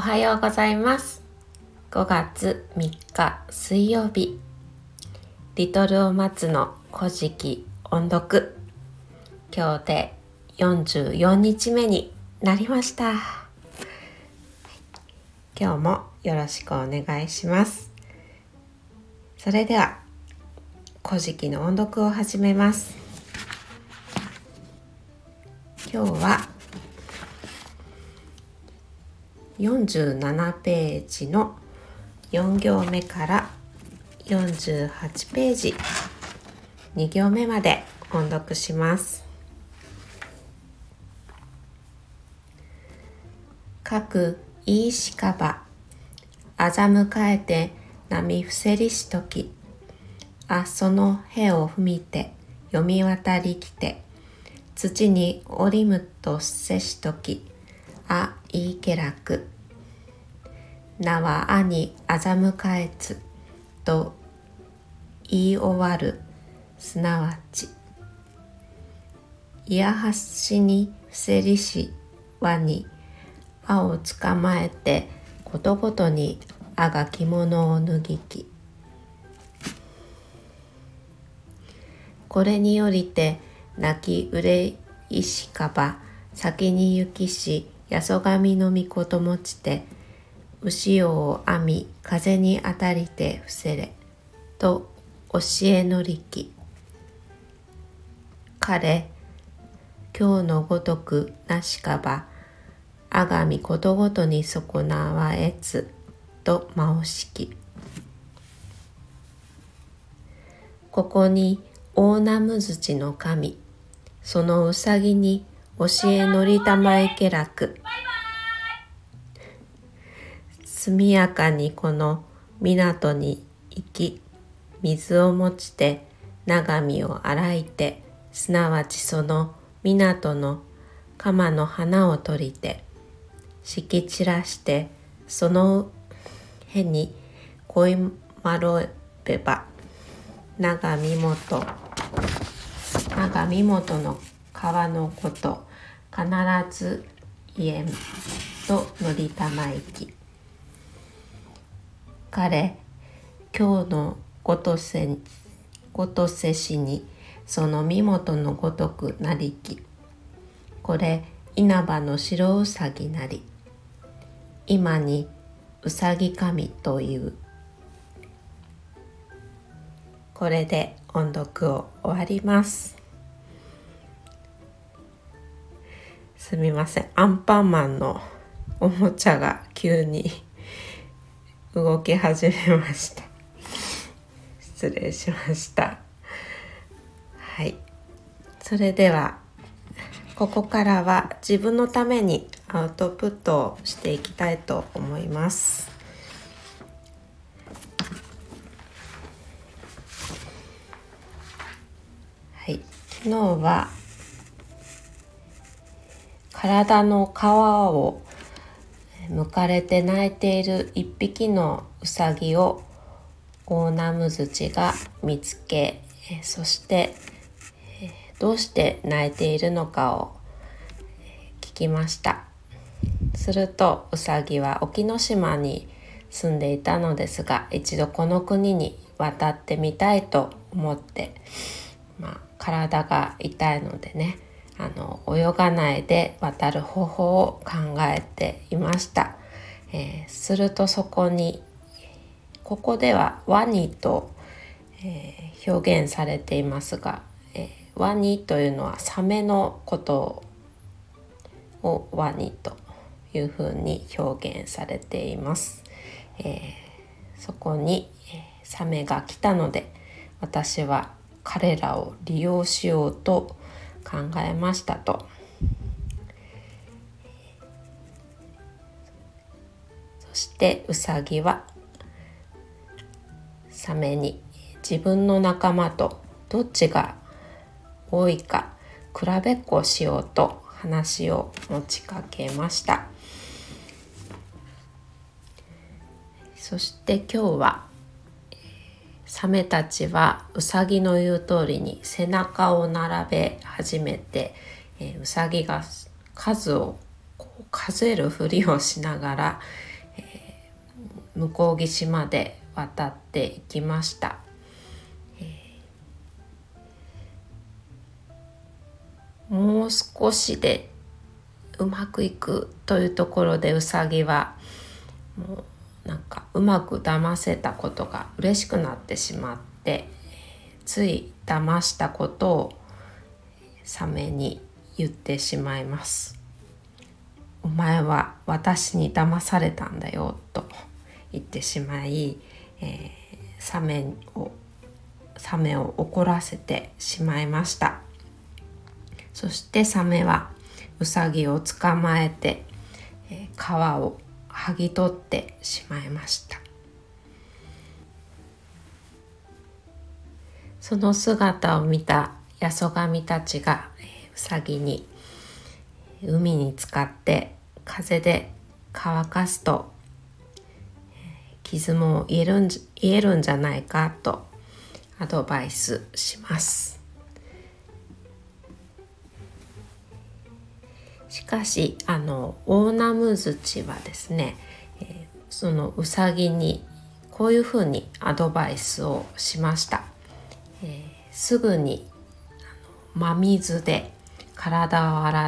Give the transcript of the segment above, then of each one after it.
はようございます。5月3日水曜日、リトルお松の古事記音読、今日で44日目になりました。今日もよろしくお願いします。それでは古事記の音読を始めます。今日は47ページの4行目から48ページ2行目まで音読します。かくいいしかばあざむかえて波伏せりしときあそのへを踏みて読み渡りきて土におりむとせしときあいいけらくなはあにあざむかえつと言い終わるすなわちいやはしに伏せりしわにあをつかまえてことごとにあが着物を脱ぎきこれによりて泣きうれいしかば先に行きしやそがみのみこともちて牛尾を編み風に当たりて伏せれと教えのりき彼今日のごとくなしかばあがみことごとに損なわえつとまおしきここに大ナムズチの神そのうさぎに教えのりたまえけらく速やかにこの港に行き水を持ちて長身を洗いてすなわちその港の鎌の花を取りて敷き散らしてそのへに恋まろべば長身元の川のこと必ず言えんとのりたまいき彼今日のごとせしにその身元のごとくなりきこれ稲葉の白うさぎなり今にうさぎ神というこれで音読を終わります。すみません、アンパンマンのおもちゃが急に動き始めました。失礼しました。はい、それではここからは自分のためにアウトプットをしていきたいと思います。はい、昨日は体の皮を剥かれて泣いている一匹のうさぎをオオナムズチが見つけ、そしてどうして泣いているのかを聞きました。するとうさぎは沖ノ島に住んでいたのですが一度この国に渡ってみたいと思って、体が痛いのでね泳がないで渡る方法を考えていました。するとそこにここではワニと、表現されていますが、ワニというのはサメのことをワニというふうに表現されています。そこに、サメが来たので私は彼らを利用しようと考えましたと。そしてウサギはサメに自分の仲間とどっちが多いか比べっこしようと話を持ちかけました。そして今日はサメたちはウサギの言う通りに背中を並べ始めて、ウサギが数を数えるふりをしながら、 向こう岸まで渡っていきました。もう少しでうまくいくというところで、うさぎはもうなんかうまく騙せたことが嬉しくなってしまって、つい騙したことをサメに言ってしまいます。お前は私に騙されたんだよと言ってしまい、サメを怒らせてしまいました。そしてサメはウサギを捕まえて、皮を剥ぎ取ってしまいました。その姿を見たヤソガミたちが、ウサギに海に浸かって風で乾かすと、傷も癒えるんじゃないかとアドバイスします。しかしオオナムズチはですね、そのウサギにこういうふうにアドバイスをしました。すぐに真水で体を洗って、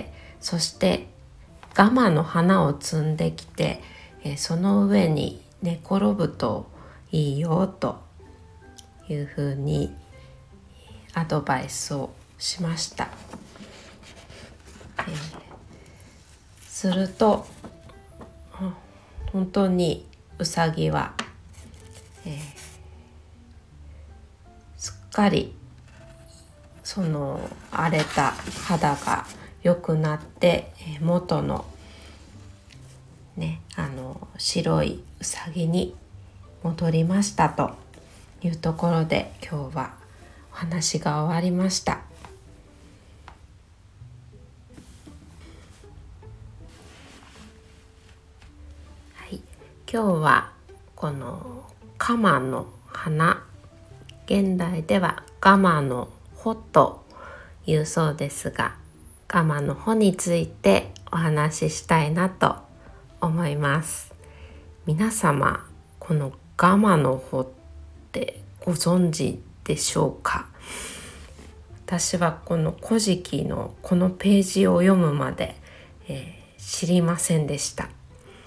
そしてガマの花を摘んできて、その上に寝転ぶといいよというふうにアドバイスをしました。すると本当にウサギは、すっかりその荒れた肌が良くなって、元のね、白いウサギに戻りましたというところで、今日はお話が終わりました。はい、今日はこのカマの花、現代ではガマの穂というそうですが、ガマの穂についてお話ししたいなと思います。皆様、このガマの穂ってご存知でしょうか？私はこの古事記のこのページを読むまで、知りませんでした。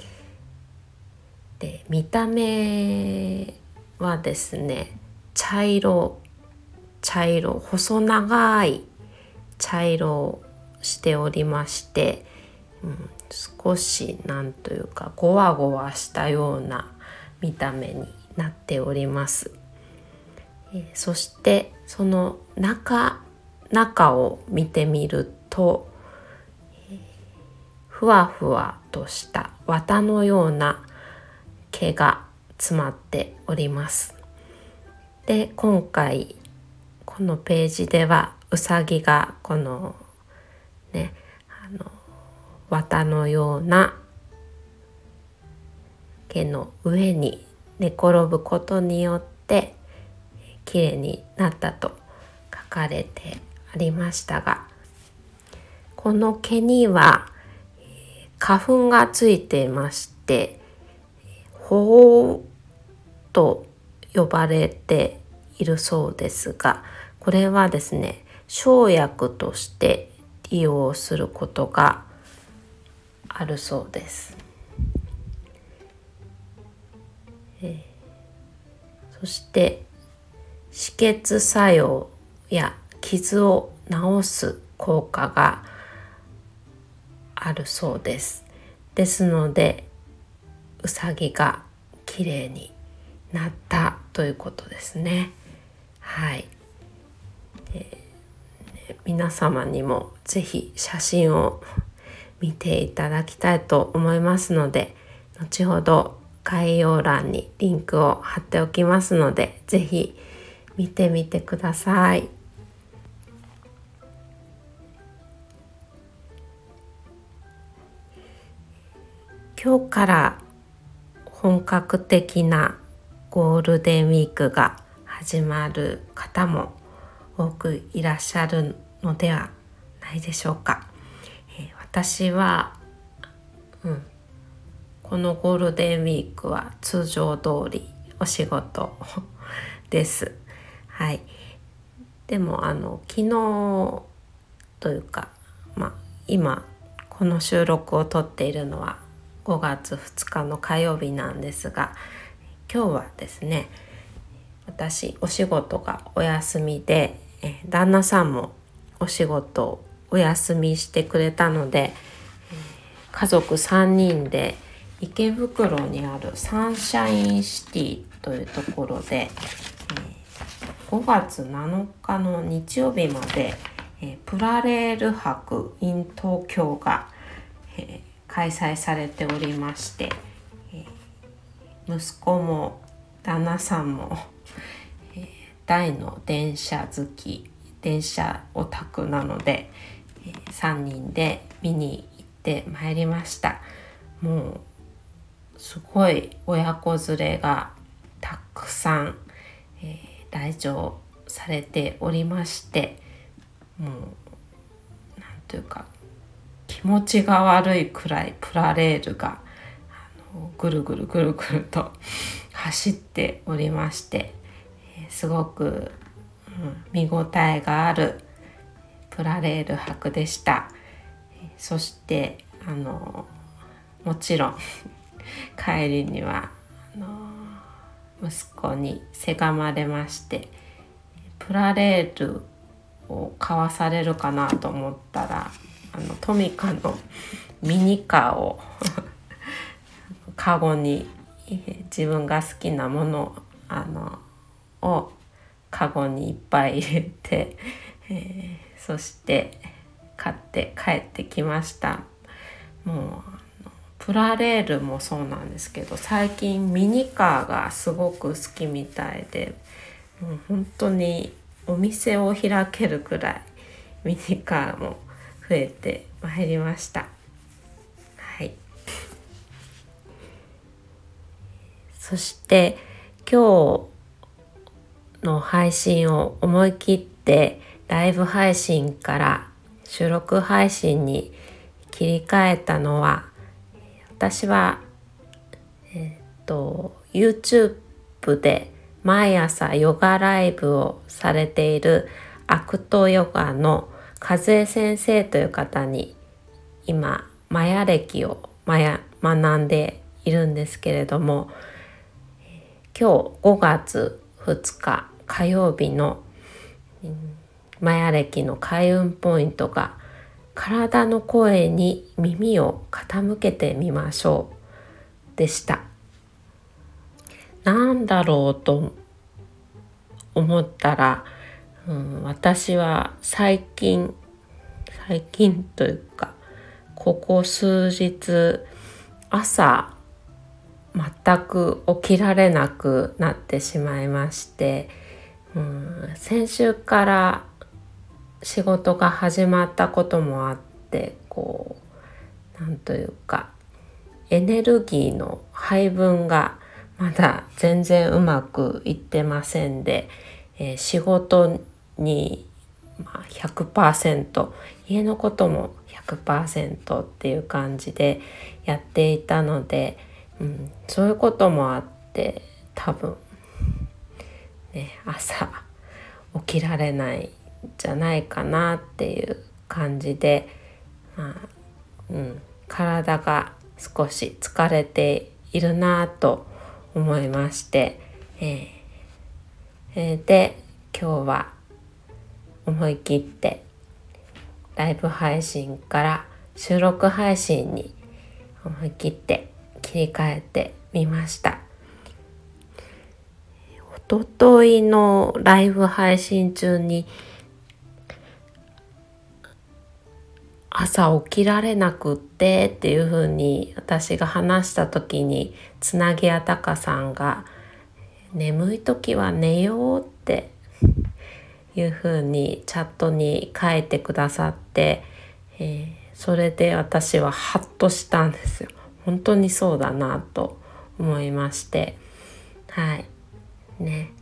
で、見た目はですね、茶色細長い茶色をしておりまして、少しなんというかゴワゴワしたような見た目になっております。そしてその中を見てみると、ふわふわとした綿のような毛が詰まっております。で、今回このページではウサギがこのね、綿のような毛の上に寝転ぶことによってきれいになったと書かれてありましたが、この毛には花粉がついていまして、鳳と呼ばれているそうですが、これはですね、生薬として利用することがあるそうです。そして止血作用や傷を治す効果があるそうです。ですので、ウサギがきれいになったということですね。はい。皆様にもぜひ写真を見ていただきたいと思いますので、後ほど概要欄にリンクを貼っておきますので、ぜひ見てみてください。今日から本格的なゴールデンウィークが始まる方も多くいらっしゃるのではないでしょうか。私は、 このゴールデンウィークは通常通りお仕事です。はい。でも昨日というか、今この収録を撮っているのは5月2日の火曜日なんですが、今日はですね、私お仕事がお休みで、旦那さんもお仕事をお休みしてくれたので、家族3人で池袋にあるサンシャインシティというところで、5月7日の日曜日まで、プラレール博 in 東京が、開催されておりまして、息子も旦那さんも、大の電車好き、電車オタクなので、3人で見に行ってまいりました。もうすごい親子連れがたくさん、来場されておりまして、もうなんというか気持ちが悪いくらいプラレールがぐるぐるぐるぐると走っておりまして、すごく、見応えがあるプラレール博でした。そしてもちろん帰りには息子にせがまれまして、プラレールを買わされるかなと思ったらトミカのミニカーをカゴに自分が好きなものをカゴにいっぱい入れて、そして買って帰ってきました。もうプラレールもそうなんですけど、最近ミニカーがすごく好きみたいで、もう本当にお店を開けるくらいミニカーも増えてまいりました。はい。そして今日の配信を思い切ってライブ配信から収録配信に切り替えたのは、私はYouTube で毎朝ヨガライブをされているアクトヨガの和江先生という方に今マヤ歴を学んでいるんですけれども、今日5月2日火曜日のマヤ歴の開運ポイントが、体の声に耳を傾けてみましょうでした。なんだろうと思ったら、私は最近というかここ数日朝全く起きられなくなってしまいまして、先週から仕事が始まったこともあって、なんというかエネルギーの配分がまだ全然うまくいってませんで、仕事に100%、家のことも 100% っていう感じでやっていたので、そういうこともあって多分朝起きられないんじゃないかなっていう感じで、体が少し疲れているなと思いまして、で今日は思い切ってライブ配信から収録配信に思い切って切り替えてみました。一昨日のライブ配信中に朝起きられなくってっていう風に私が話した時に、つなぎあたかさんが眠い時は寝ようっていう風にチャットに書いてくださって、それで私はハッとしたんですよ。本当にそうだなと思いまして、はいね、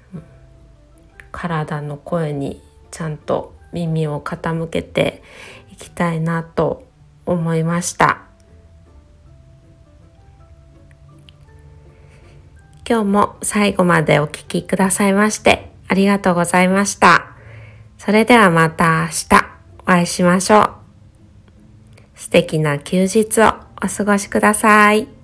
体の声にちゃんと耳を傾けていきたいなと思いました。 今日も最後までお聞きくださいましてありがとうございました。それではまた明日お会いしましょう。素敵な休日をお過ごしください。